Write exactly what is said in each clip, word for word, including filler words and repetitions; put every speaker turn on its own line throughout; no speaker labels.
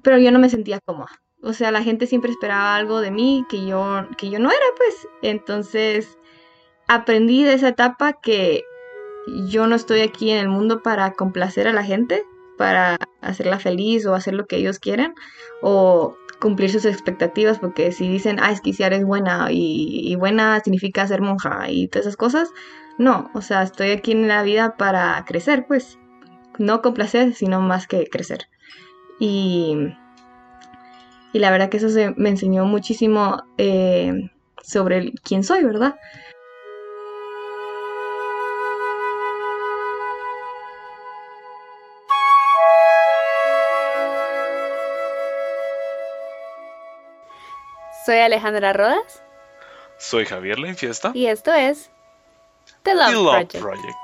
pero yo no me sentía cómoda. O sea, la gente siempre esperaba algo de mí que yo, que yo no era, pues. Entonces, aprendí de esa etapa que yo no estoy aquí en el mundo para complacer a la gente, para hacerla feliz o hacer lo que ellos quieren, o cumplir sus expectativas, porque si dicen, ah, es que Isiar es buena, y, y buena significa ser monja, y todas esas cosas, no, o sea, estoy aquí en la vida para crecer, pues, no complacer, sino más que crecer. Y, y la verdad que eso se, me enseñó muchísimo eh, sobre el, quién soy, ¿verdad?
Soy Alejandra Rodas.
Soy Javier La Infiesta.
Y esto es The Love,
The Love
Project.
Project.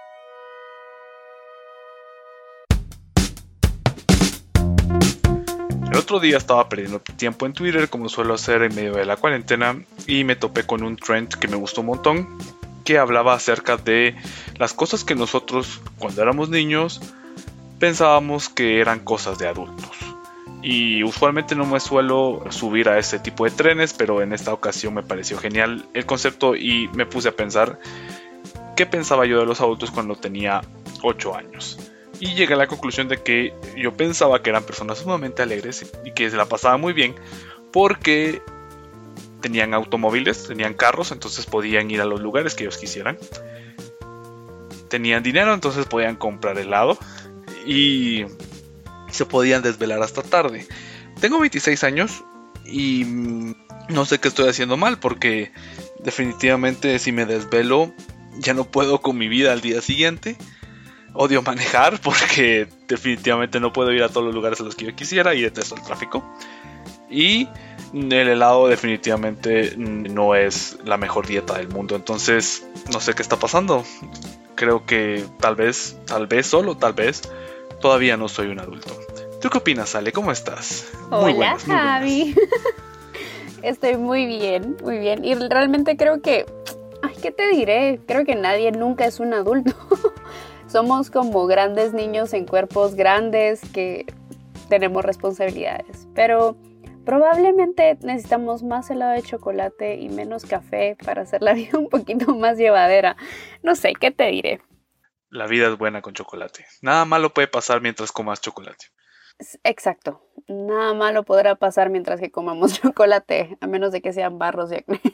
El otro día estaba perdiendo tiempo en Twitter, como suelo hacer en medio de la cuarentena, y me topé con un trend que me gustó un montón, que hablaba acerca de las cosas que nosotros, cuando éramos niños, pensábamos que eran cosas de adultos. Y usualmente no me suelo subir a este tipo de trenes, pero en esta ocasión me pareció genial el concepto y me puse a pensar qué pensaba yo de los adultos cuando tenía ocho años. Y llegué a la conclusión de que yo pensaba que eran personas sumamente alegres y que se la pasaban muy bien porque tenían automóviles, tenían carros, entonces podían ir a los lugares que ellos quisieran. Tenían dinero, entonces podían comprar helado y se podían desvelar hasta tarde. Tengo veintiséis años y no sé qué estoy haciendo mal, porque definitivamente si me desvelo ya no puedo con mi vida al día siguiente. Odio manejar porque definitivamente no puedo ir a todos los lugares a los que yo quisiera y detesto el tráfico. Y el helado definitivamente no es la mejor dieta del mundo. Entonces no sé qué está pasando. Creo que tal vez, tal vez solo, tal vez todavía no soy un adulto. ¿Tú qué opinas, Ale? ¿Cómo estás?
Hola, muy buenas, muy Javi. Estoy muy bien, muy bien. Y realmente creo que... Ay, ¿qué te diré? Creo que nadie nunca es un adulto. Somos como grandes niños en cuerpos grandes que tenemos responsabilidades. Pero probablemente necesitamos más helado de chocolate y menos café para hacer la vida un poquito más llevadera. No sé, ¿qué te diré?
La vida es buena con chocolate. Nada malo puede pasar mientras comas chocolate.
Exacto. Nada malo podrá pasar mientras que comamos chocolate, a menos de que sean barros de acné.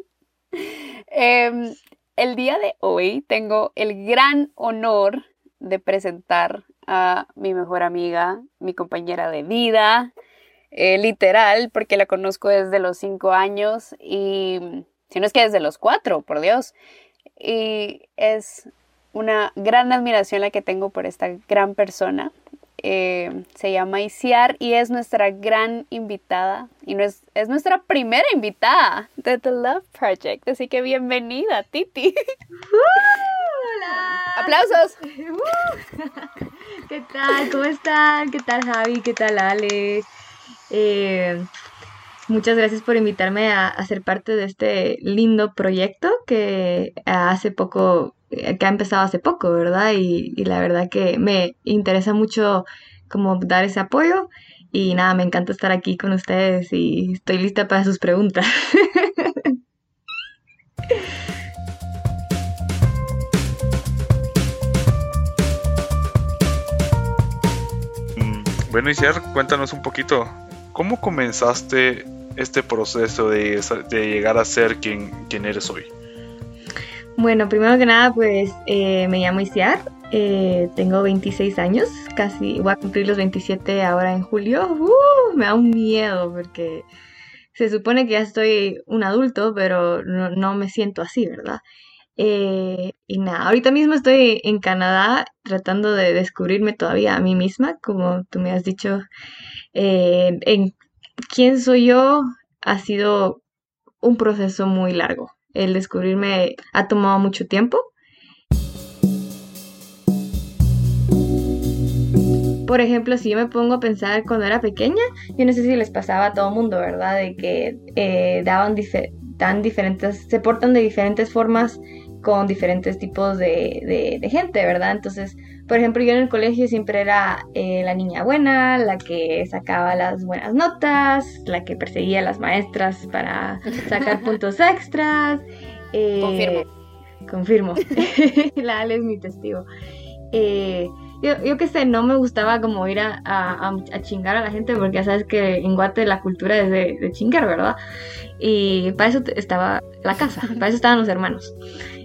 eh, el día de hoy tengo el gran honor de presentar a mi mejor amiga, mi compañera de vida, eh, literal, porque la conozco desde los cinco años y si no es que desde los cuatro, por Dios. Y es una gran admiración la que tengo por esta gran persona. Eh, se llama Isiar y es nuestra gran invitada y no es, es nuestra primera invitada de The Love Project, así que bienvenida, Titi.
Uh, ¡Hola!
¡Aplausos!
Uh, ¿Qué tal? ¿Cómo están? ¿Qué tal, Javi? ¿Qué tal, Ale? Eh, muchas gracias por invitarme a, a ser parte de este lindo proyecto que hace poco... que ha empezado hace poco, ¿verdad? Y, y la verdad que me interesa mucho como dar ese apoyo y nada, me encanta estar aquí con ustedes y estoy lista para sus preguntas.
Bueno, Isiar, cuéntanos un poquito, ¿cómo comenzaste este proceso de, de llegar a ser quien, quien eres hoy?
Bueno, primero que nada, pues eh, me llamo Isiar, eh, tengo veintiséis años, casi voy a cumplir los veintisiete ahora en julio. Uh, me da un miedo porque se supone que ya estoy un adulto, pero no, no me siento así, ¿verdad? Eh, y nada, ahorita mismo estoy en Canadá tratando de descubrirme todavía a mí misma, como tú me has dicho. Eh, en quién soy yo ha sido un proceso muy largo. El descubrirme ha tomado mucho tiempo. Por ejemplo, si yo me pongo a pensar cuando era pequeña, yo no sé si les pasaba a todo el mundo, ¿verdad? De que eh, daban dife- dan diferentes, se portan de diferentes formas con diferentes tipos de, de, de gente, ¿verdad? Entonces, por ejemplo, yo en el colegio siempre era eh, la niña buena, la que sacaba las buenas notas, la que perseguía a las maestras para sacar puntos extras. Eh,
Confirmo.
Confirmo. La Ale es mi testigo. Eh, yo, yo qué sé, no me gustaba como ir a, a, a chingar a la gente porque ya sabes que en Guate la cultura es de, de chingar, ¿verdad? Y para eso estaba la casa, para eso estaban los hermanos.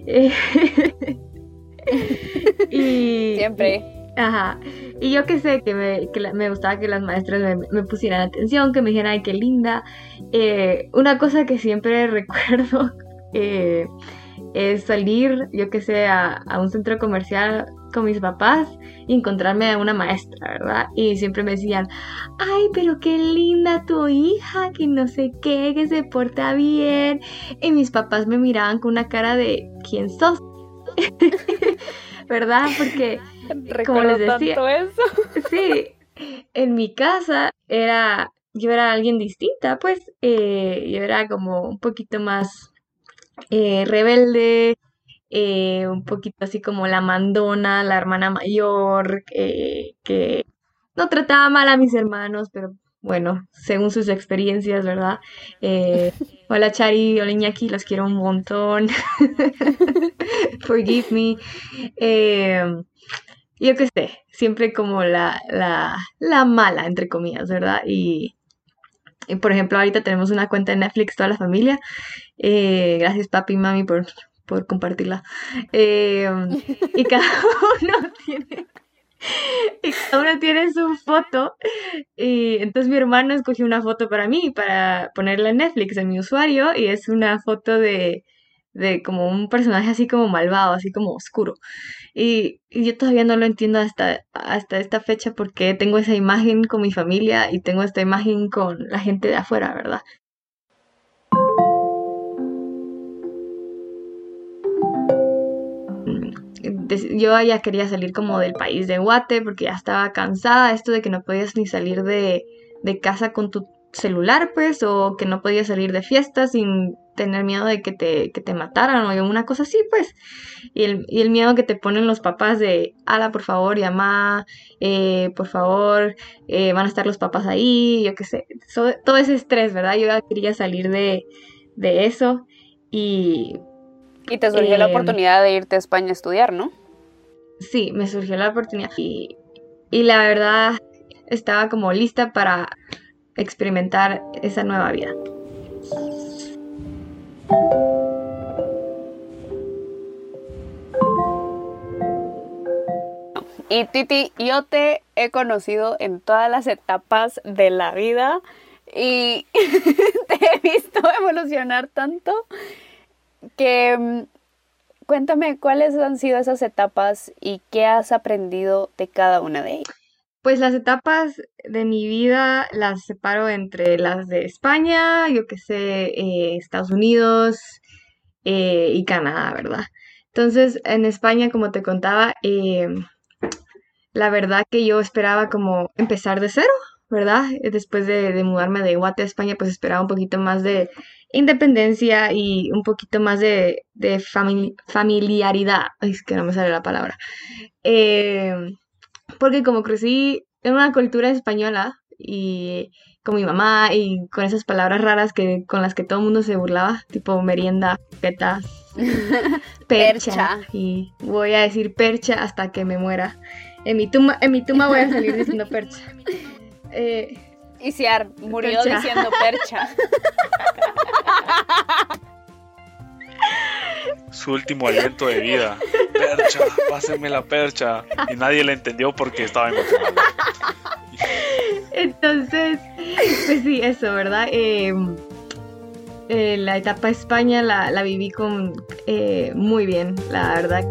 y,
Siempre.
Y, ajá. Y yo qué sé, que, me, que la, me gustaba que las maestras me, me pusieran atención, que me dijeran, ay, qué linda. Eh, una cosa que siempre recuerdo eh, es salir, yo qué sé, a, a un centro comercial con mis papás y encontrarme a una maestra, ¿verdad? Y siempre me decían, ay, pero qué linda tu hija, que no sé qué, que se porta bien. Y mis papás me miraban con una cara de, ¿quién sos? ¿Verdad? Porque, como les decía,
tanto eso.
Sí, en mi casa era, yo era alguien distinta, pues, eh, yo era como un poquito más eh, rebelde, eh, un poquito así como la mandona, la hermana mayor, eh, que no trataba mal a mis hermanos, pero bueno, según sus experiencias, ¿verdad? Eh, hola Chari, hola Iñaki, los quiero un montón. Forgive me. Eh, yo qué sé, siempre como la, la, la mala, entre comillas, ¿verdad? Y, y, por ejemplo, ahorita tenemos una cuenta de Netflix, toda la familia. Eh, gracias papi y mami por, por compartirla. Eh, y cada uno tiene... Y cada uno tiene su foto. Y entonces mi hermano escogió una foto para mí, para ponerla en Netflix, en mi usuario. Y es una foto de, de como un personaje así como malvado, así como oscuro. Y, y yo todavía no lo entiendo hasta, hasta esta fecha porque tengo esa imagen con mi familia y tengo esta imagen con la gente de afuera, ¿verdad? Yo ya quería salir como del país de Guate porque ya estaba cansada esto de que no podías ni salir de, de casa con tu celular, pues, o que no podías salir de fiesta sin tener miedo de que te, que te mataran o una cosa así, pues. Y el, y el miedo que te ponen los papás de, ala, por favor, llama, eh, por favor, eh, van a estar los papás ahí, yo qué sé. So, todo ese estrés, ¿verdad? Yo ya quería salir de, de eso y...
Y te surgió eh, la oportunidad de irte a España a estudiar, ¿no?
Sí, me surgió la oportunidad y, y la verdad estaba como lista para experimentar esa nueva vida.
Y Titi, yo te he conocido en todas las etapas de la vida y te he visto evolucionar tanto que cuéntame cuáles han sido esas etapas y qué has aprendido de cada una de ellas.
Pues las etapas de mi vida las separo entre las de España, yo que sé, eh, Estados Unidos eh, y Canadá, ¿verdad? Entonces, en España, como te contaba, eh, la verdad que yo esperaba como empezar de cero, ¿verdad? Después de, de mudarme de Guate a España, pues esperaba un poquito más de independencia y un poquito más de, de famili- familiaridad. Ay, es que no me sale la palabra. Eh, porque como crecí en una cultura española y con mi mamá y con esas palabras raras que con las que todo el mundo se burlaba, tipo merienda, petas, percha, percha, y voy a decir percha hasta que me muera. En mi tumba, en mi tumba voy a salir diciendo percha. Eh,
Isiar murió percha. Diciendo percha.
Su último aliento de vida. Percha, pásenme la percha. Y nadie le entendió porque estaba en Guatemala.
Entonces, pues sí, eso, ¿verdad? Eh, eh, la etapa España la, la viví con eh, muy bien, la verdad.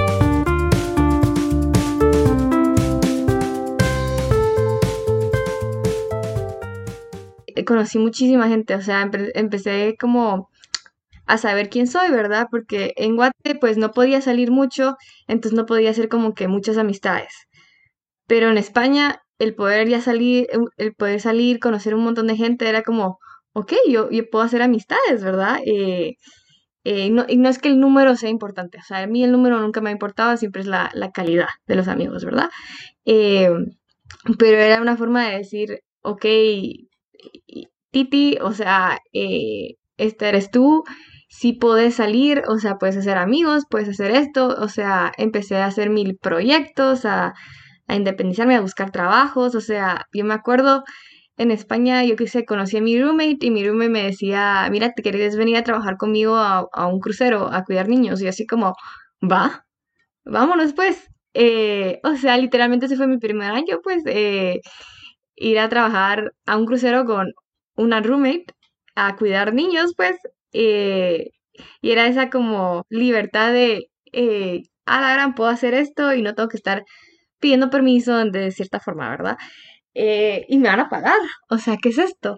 Conocí muchísima gente, o sea, empe- empecé como a saber quién soy, ¿verdad? Porque en Guate pues no podía salir mucho, entonces no podía hacer como que muchas amistades. Pero en España el poder ya salir, el poder salir, conocer un montón de gente era como, ok, yo, yo puedo hacer amistades, ¿verdad? Eh, Eh, no, y no es que el número sea importante, o sea, a mí el número nunca me ha importado, siempre es la, la calidad de los amigos, ¿verdad? Eh, pero era una forma de decir, ok, Titi, o sea, eh, esta eres tú, sí puedes salir, o sea, puedes hacer amigos, puedes hacer esto, o sea, empecé a hacer mil proyectos, a, a independizarme, a buscar trabajos, o sea, yo me acuerdo en España, yo que sé, conocí a mi roommate y mi roommate me decía, mira, ¿te querés venir a trabajar conmigo a, a un crucero, a cuidar niños? Y así como, va, vámonos pues. Eh, o sea, literalmente ese fue mi primer año, pues, eh, ir a trabajar a un crucero con una roommate a cuidar niños, pues, eh, y era esa como libertad de, eh, a la gran, puedo hacer esto y no tengo que estar pidiendo permiso de cierta forma, ¿verdad? Eh, y me van a pagar, o sea, ¿qué es esto?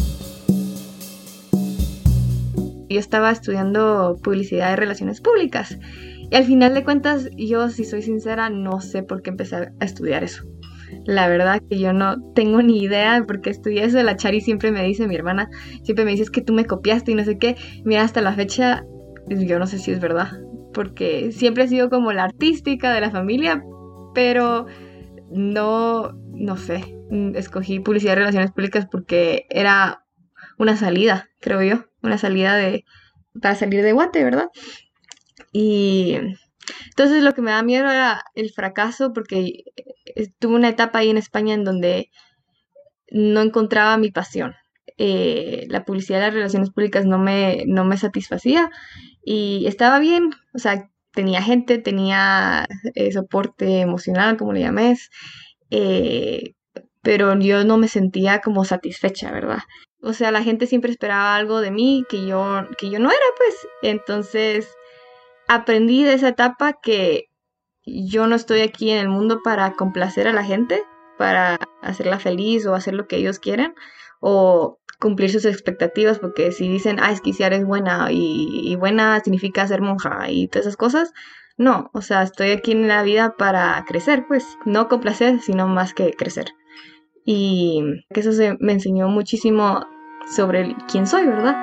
Yo estaba estudiando publicidad y relaciones públicas y al final de cuentas, yo, si soy sincera, no sé por qué empecé a estudiar eso. La verdad que yo no tengo ni idea de por qué estudié eso. La Chari siempre me dice, mi hermana, siempre me dice, es que tú me copiaste y no sé qué. Mira, hasta la fecha, yo no sé si es verdad, porque siempre he sido como la artística de la familia, pero no, no sé. Escogí publicidad y relaciones públicas porque era una salida, creo yo, una salida de para salir de Guate, ¿verdad? Y entonces lo que me da miedo era el fracaso porque eh, tuve una etapa ahí en España en donde no encontraba mi pasión. Eh, la publicidad y las relaciones públicas no me, no me satisfacía y estaba bien, o sea, tenía gente, tenía eh, soporte emocional, como le llames, eh, pero yo no me sentía como satisfecha, ¿verdad? O sea, la gente siempre esperaba algo de mí que yo, que yo no era, pues. Entonces, aprendí de esa etapa que yo no estoy aquí en el mundo para complacer a la gente, para hacerla feliz o hacer lo que ellos quieran, o cumplir sus expectativas, porque si dicen, ah, es que Ciara es buena y, y buena significa ser monja y todas esas cosas, no, o sea, estoy aquí en la vida para crecer, pues, no complacer, sino más que crecer. Y que eso se me enseñó muchísimo sobre quién soy, ¿verdad?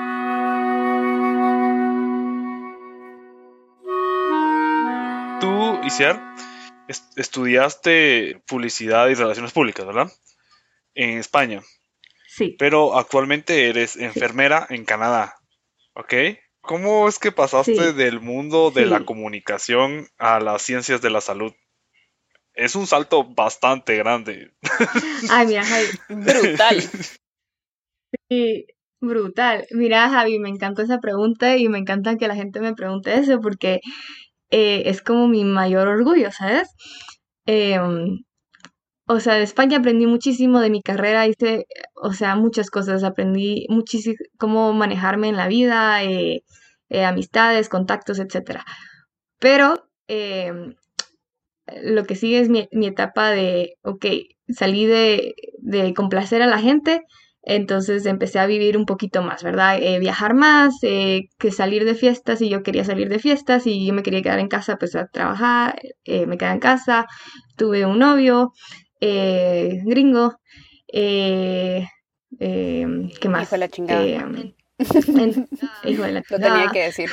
Tú, Isiar, est- estudiaste publicidad y relaciones públicas, ¿verdad? En España,
Sí,
pero actualmente eres
sí,
enfermera en Canadá, ¿ok? ¿Cómo es que pasaste
sí,
del mundo de la
sí.
comunicación a las ciencias de la salud? Es un salto bastante grande.
Ay, mira, Javi,
Brutal.
sí, brutal. Mira, Javi, me encantó esa pregunta y me encanta que la gente me pregunte eso porque eh, es como mi mayor orgullo, ¿sabes? Em, o sea, de España aprendí muchísimo de mi carrera, hice, o sea, muchas cosas, aprendí muchísimo cómo manejarme en la vida, eh, eh, amistades, contactos, etcétera. Pero em, lo que sigue es mi, mi etapa de, ok, salí de, de complacer a la gente, entonces empecé a vivir un poquito más, ¿verdad? Eh, viajar más, eh, que salir de fiestas, y yo quería salir de fiestas, y yo me quería quedar en casa, pues a trabajar, eh, me quedé en casa, tuve un novio, eh, gringo, eh, eh, ¿qué
Hijo de
más?
la chingada.
Eh, en- hijo de la
Lo tenía
chingada.
que decir.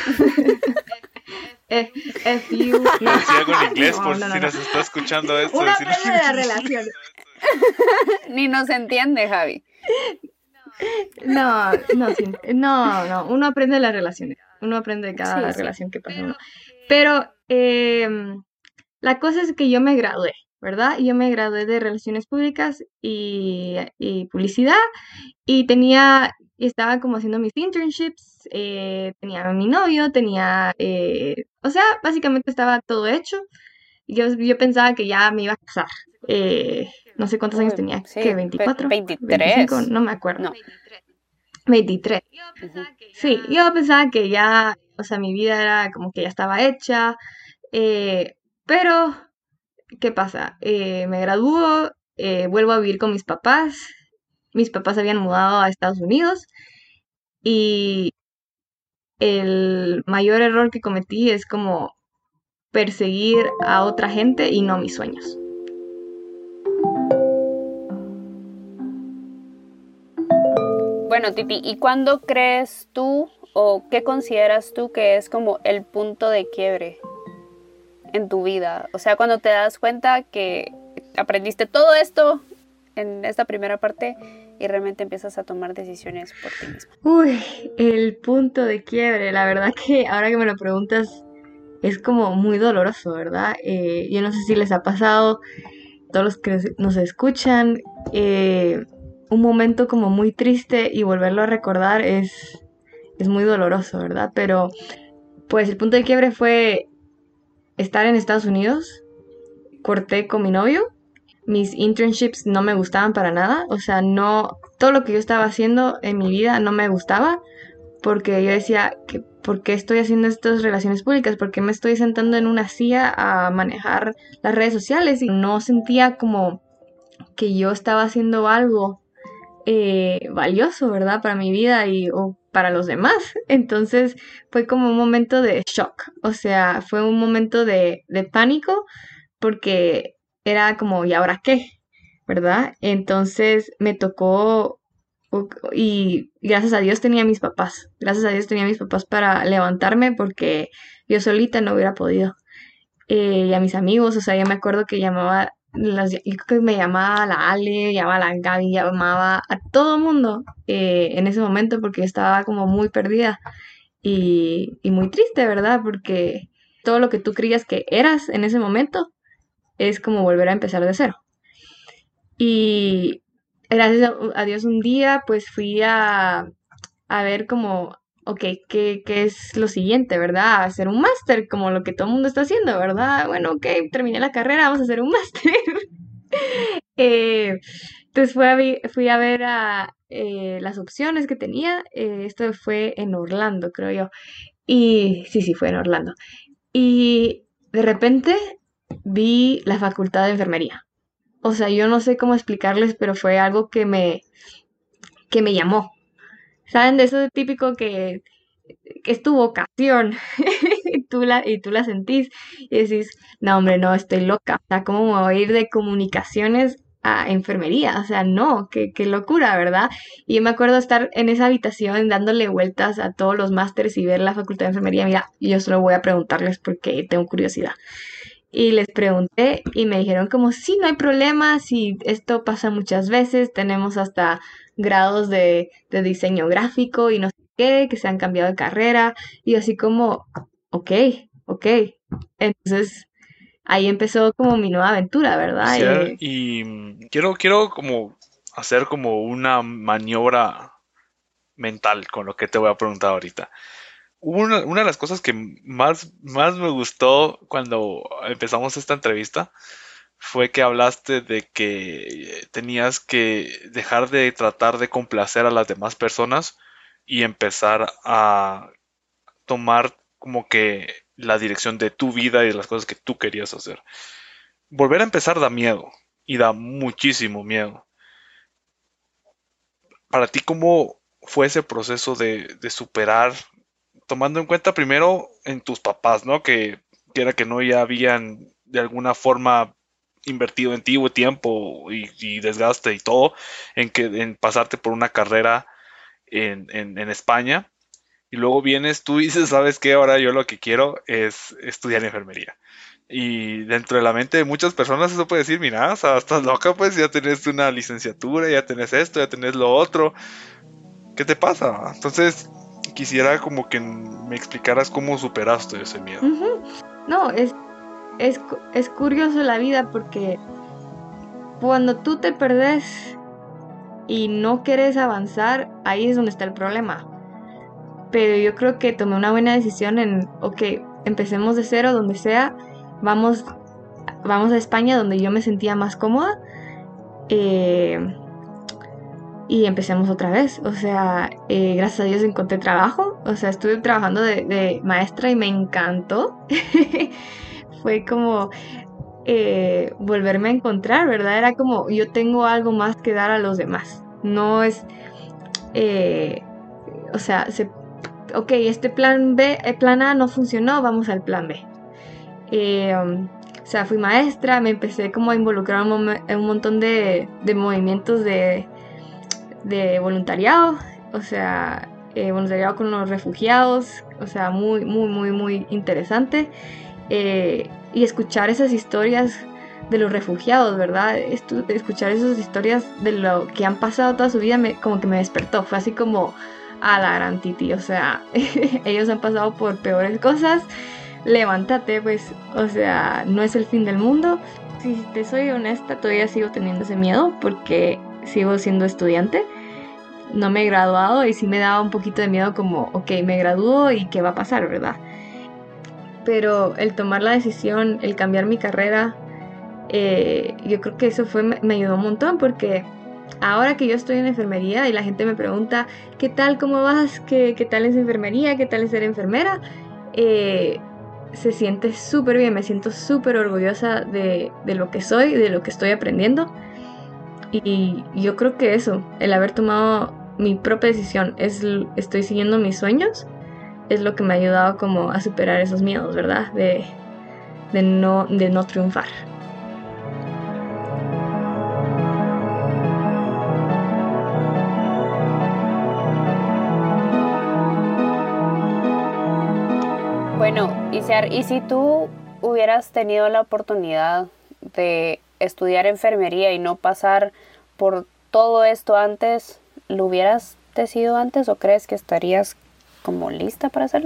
F, F you.
Lo decía algo en inglés
No,
por
no,
si
no, no.
nos está escuchando esto.
Uno
Decirle.
aprende de las relaciones.
Ni nos entiende, Javi.
No, no, sí, no, no. Uno aprende de las relaciones. Uno aprende de
Sí,
cada
sí.
relación que pasa uno. Pero eh, la cosa es que yo me gradué, ¿verdad? Yo me gradué de Relaciones Públicas y, y Publicidad y tenía, y estaba como haciendo mis internships, eh, tenía a mi novio, tenía, eh, o sea, básicamente estaba todo hecho. Yo, yo pensaba que ya me iba a casar. Eh, no sé cuántos años
Uy,
tenía, ¿qué?
sí, ve-
¿veinticuatro? ¿veinticinco?
veintitrés.
No me acuerdo.
No.
veintitrés.
Ujú.
Sí, yo pensaba que ya, o sea, mi vida era como que ya estaba hecha, eh, pero, ¿qué pasa? Eh, me gradúo, eh, vuelvo a vivir con mis papás, mis papás habían mudado a Estados Unidos y el mayor error que cometí es como perseguir a otra gente y no mis sueños.
Bueno, Titi, ¿y cuándo crees tú o qué consideras tú que es como el punto de quiebre en tu vida? O sea, cuando te das cuenta que aprendiste todo esto en esta primera parte y realmente empiezas a tomar decisiones por ti misma.
Uy, el punto de quiebre, la verdad que ahora que me lo preguntas es como muy doloroso, ¿verdad? Eh, yo no sé si les ha pasado, todos los que nos escuchan, eh, un momento como muy triste y volverlo a recordar es, es muy doloroso, ¿verdad? Pero pues el punto de quiebre fue estar en Estados Unidos, corté con mi novio, mis internships no me gustaban para nada, o sea, no, todo lo que yo estaba haciendo en mi vida no me gustaba, porque yo decía, que, ¿por qué estoy haciendo estas relaciones públicas? ¿Por qué me estoy sentando en una silla a manejar las redes sociales? Y no sentía como que yo estaba haciendo algo eh, valioso, ¿verdad? Para mi vida y o para los demás. Entonces fue como un momento de shock, o sea, fue un momento de, de pánico, porque era como, ¿y ahora qué? ¿Verdad? Entonces me tocó, y gracias a Dios tenía a mis papás, gracias a Dios tenía a mis papás para levantarme, porque yo solita no hubiera podido. Eh, y a mis amigos, o sea, yo me acuerdo que llamaba, las, yo creo que me llamaba a la Ale, llamaba a la Gaby, llamaba a todo el mundo eh, en ese momento, porque estaba como muy perdida y, y muy triste, ¿verdad? Porque todo lo que tú creías que eras en ese momento es como volver a empezar de cero. Y gracias a Dios un día pues fui a, a ver como, ok, ¿qué, qué es lo siguiente, verdad? Hacer un máster, como lo que todo el mundo está haciendo, ¿verdad? Bueno, ok, terminé la carrera, vamos a hacer un máster. eh, entonces fui a, vi- fui a ver a, eh, las opciones que tenía. Eh, esto fue en Orlando, creo yo. Y sí, sí, fue en Orlando. Y de repente vi la facultad de enfermería. O sea, yo no sé cómo explicarles, pero fue algo que me, que me llamó. ¿Saben? De eso de típico que, que es tu vocación y, tú la, y tú la sentís y decís, no, hombre, no, estoy loca. O sea, ¿cómo me voy a ir de comunicaciones a enfermería? O sea, no, qué, qué locura, ¿verdad? Y yo me acuerdo estar en esa habitación dándole vueltas a todos los másteres y ver la facultad de enfermería. Mira, yo solo voy a preguntarles porque tengo curiosidad. Y les pregunté y me dijeron como, sí, no hay problema, si esto pasa muchas veces, tenemos hasta grados de, de diseño gráfico y no sé qué, que se han cambiado de carrera. Y así como, ok, ok. Entonces ahí empezó como mi nueva aventura, ¿verdad?
Cier-
Eh,
Y mm, quiero, quiero como hacer como una maniobra mental con lo que te voy a preguntar ahorita. Hubo Una, una de las cosas que más, más me gustó cuando empezamos esta entrevista fue que hablaste de que tenías que dejar de tratar de complacer a las demás personas y empezar a tomar como que la dirección de tu vida y de las cosas que tú querías hacer. Volver a empezar da miedo y da muchísimo miedo. Para ti, ¿cómo fue ese proceso de, de superar, tomando en cuenta primero en tus papás, ¿no? Que quiera que no ya habían de alguna forma invertido en ti o tiempo y, y desgaste y todo en que en pasarte por una carrera en, en, en España y luego vienes tú y dices, ¿sabes qué? Ahora yo lo que quiero es estudiar enfermería. Y dentro de la mente de muchas personas eso puede decir, mira, o sea, estás loca, pues ya tenés una licenciatura, ya tenés esto, ya tenés lo otro. ¿Qué te pasa? Entonces, quisiera como que me explicaras cómo superaste ese miedo.
ujú. No, es, es, cu- es curioso la vida, porque cuando tú te perdés y no quieres avanzar, ahí es donde está el problema. Pero yo creo que tomé una buena decisión en, ok, empecemos de cero, donde sea, vamos, vamos a España, donde yo me sentía más cómoda, eh, y empecemos otra vez. O sea, eh, gracias a Dios encontré trabajo, o sea, estuve trabajando de, de maestra y me encantó. Fue como eh, volverme a encontrar, ¿verdad? Era como, yo tengo algo más que dar a los demás. No es, eh, o sea, se ok, este plan B, el plan A no funcionó, vamos al plan B. Eh, um, o sea, fui maestra, me empecé como a involucrar un mom- en un montón de, de movimientos de, de voluntariado. O sea, eh, voluntariado con los refugiados, o sea, muy, muy, muy, muy interesante. Eh, y escuchar esas historias de los refugiados, ¿verdad? Estu- escuchar esas historias de lo que han pasado toda su vida, me, como que me despertó. Fue así como a la gran titi, o sea, ellos han pasado por peores cosas. Levántate, pues, o sea, no es el fin del mundo. Si te soy honesta, todavía sigo teniendo ese miedo porque sigo siendo estudiante. No me he graduado y sí me daba un poquito de miedo como, ok, me gradúo y qué va a pasar, ¿verdad? Pero el tomar la decisión, el cambiar mi carrera, eh, yo creo que eso fue, me ayudó un montón porque ahora que yo estoy en enfermería y la gente me pregunta, ¿qué tal, cómo vas? ¿Qué, qué tal es enfermería? ¿Qué tal es ser enfermera? Eh, se siente súper bien, me siento súper orgullosa de, de lo que soy, de lo que estoy aprendiendo. Y yo creo que eso, el haber tomado mi propia decisión, es, estoy siguiendo mis sueños, es lo que me ha ayudado como a superar esos miedos, ¿verdad? De, de, no, de no triunfar.
Bueno, Isiar, ¿y si tú hubieras tenido la oportunidad de estudiar enfermería y no pasar por todo esto antes, lo hubieras decidido antes o crees que estarías como lista para hacerlo?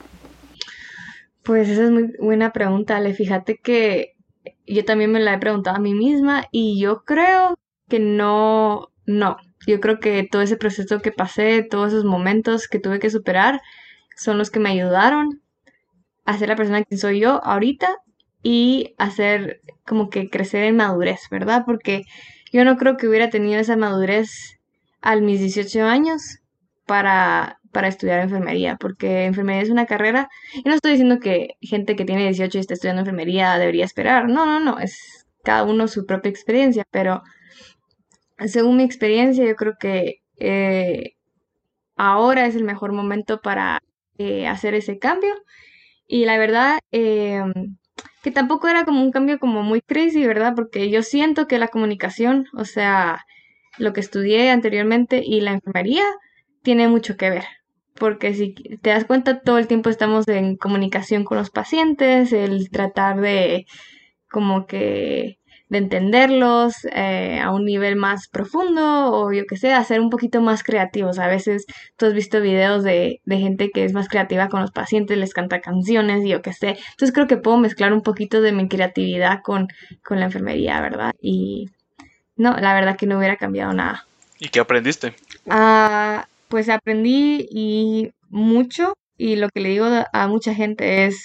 Pues esa es muy buena pregunta, Ale. Fíjate que yo también me la he preguntado a mí misma y yo creo que no, no. Yo creo que todo ese proceso que pasé, todos esos momentos que tuve que superar, son los que me ayudaron a ser la persona que soy yo ahorita y hacer como que crecer en madurez, ¿verdad? Porque yo no creo que hubiera tenido esa madurez a mis dieciocho años para, para estudiar enfermería, porque enfermería es una carrera, y no estoy diciendo que gente que tiene dieciocho y está estudiando enfermería debería esperar, no, no, no, es cada uno su propia experiencia, pero según mi experiencia yo creo que eh, ahora es el mejor momento para eh, hacer ese cambio y la verdad, eh, que tampoco era como un cambio como muy crazy, ¿verdad? Porque yo siento que la comunicación, o sea, lo que estudié anteriormente y la enfermería tiene mucho que ver. Porque si te das cuenta, todo el tiempo estamos en comunicación con los pacientes, el tratar de como que de entenderlos eh, a un nivel más profundo o yo qué sé, hacer un poquito más creativos. A veces tú has visto videos de, de gente que es más creativa con los pacientes, les canta canciones y yo qué sé. Entonces creo que puedo mezclar un poquito de mi creatividad con, con la enfermería, ¿verdad? Y no, la verdad que no hubiera cambiado nada.
¿Y qué aprendiste?
Ah, pues aprendí y mucho y lo que le digo a mucha gente es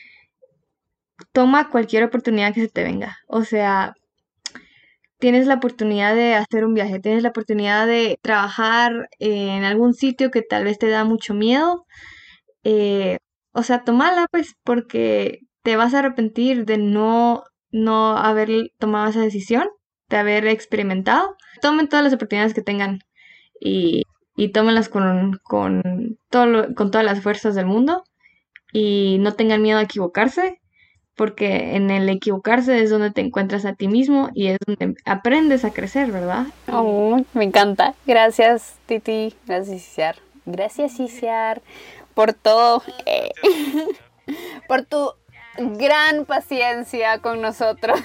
toma cualquier oportunidad que se te venga. O sea, tienes la oportunidad de hacer un viaje, tienes la oportunidad de trabajar en algún sitio que tal vez te da mucho miedo. eh, o sea, tomala pues porque te vas a arrepentir de no, no haber tomado esa decisión, de haber experimentado. Tomen todas las oportunidades que tengan y, y tómenlas con, con, todo lo- con todas las fuerzas del mundo y no tengan miedo a equivocarse porque en el equivocarse es donde te encuentras a ti mismo y es donde aprendes a crecer, ¿verdad?
Oh, me encanta. Gracias, Titi. Gracias, Isiar. Gracias, Isiar, por todo, eh, por tu gran paciencia con nosotros.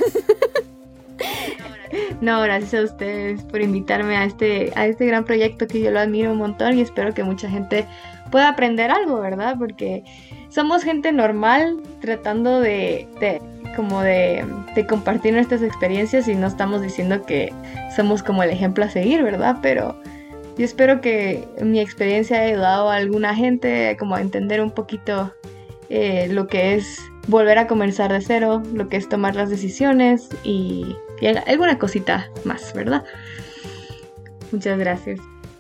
No, gracias a ustedes por invitarme a este, a este gran proyecto que yo lo admiro un montón y espero que mucha gente pueda aprender algo, ¿verdad? Porque somos gente normal tratando de, de como de, de compartir nuestras experiencias y no estamos diciendo que somos como el ejemplo a seguir, ¿verdad? Pero yo espero que mi experiencia haya ayudado a alguna gente como a entender un poquito eh, lo que es volver a comenzar de cero, lo que es tomar las decisiones y, y alguna cosita más, ¿verdad? Muchas gracias.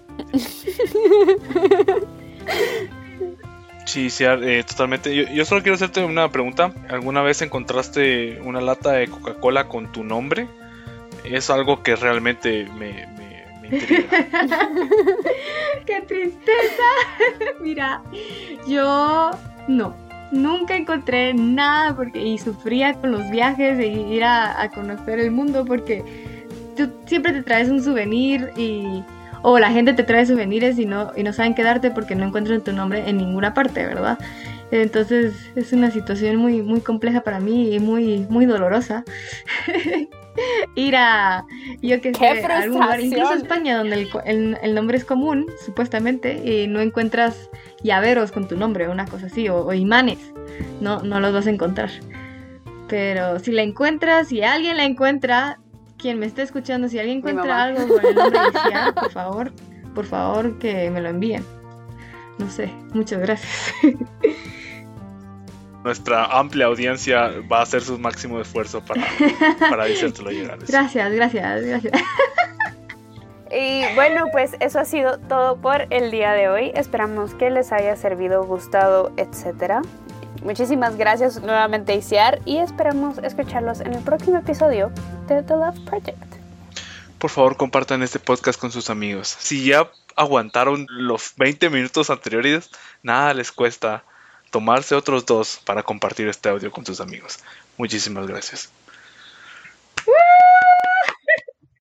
Sí, sí, eh, totalmente. Yo, yo solo quiero hacerte una pregunta. ¿Alguna vez encontraste una lata de Coca-Cola con tu nombre? Es algo que realmente me, me, me intriga.
¡Qué tristeza! Mira, yo no, nunca encontré nada porque y sufría con los viajes de ir a, a conocer el mundo porque tú siempre te traes un souvenir y O la gente te trae souvenirs y no, y no saben qué darte porque no encuentran tu nombre en ninguna parte, ¿verdad? Entonces es una situación muy, muy compleja para mí y muy, muy dolorosa. Ir a, yo que sé, a algún lugar, incluso a España, donde el, el, el nombre es común, supuestamente, y no encuentras llaveros con tu nombre, una cosa así, o, o imanes, no, no los vas a encontrar. Pero si la encuentras, si alguien la encuentra, quien me esté escuchando, si alguien encuentra algo con el nombre inicial, por favor, por favor que me lo envíen. No sé, muchas gracias.
Nuestra amplia audiencia va a hacer su máximo esfuerzo para, para hacértelo llegar.
Gracias, gracias, gracias.
Y bueno, pues eso ha sido todo por el día de hoy. Esperamos que les haya servido, gustado, etcétera. Muchísimas gracias nuevamente, Isiar, y esperamos escucharlos en el próximo episodio de The Love Project.
Por favor, compartan este podcast con sus amigos. Si ya aguantaron los veinte minutos anteriores, nada les cuesta tomarse otros dos para compartir este audio con sus amigos. Muchísimas gracias.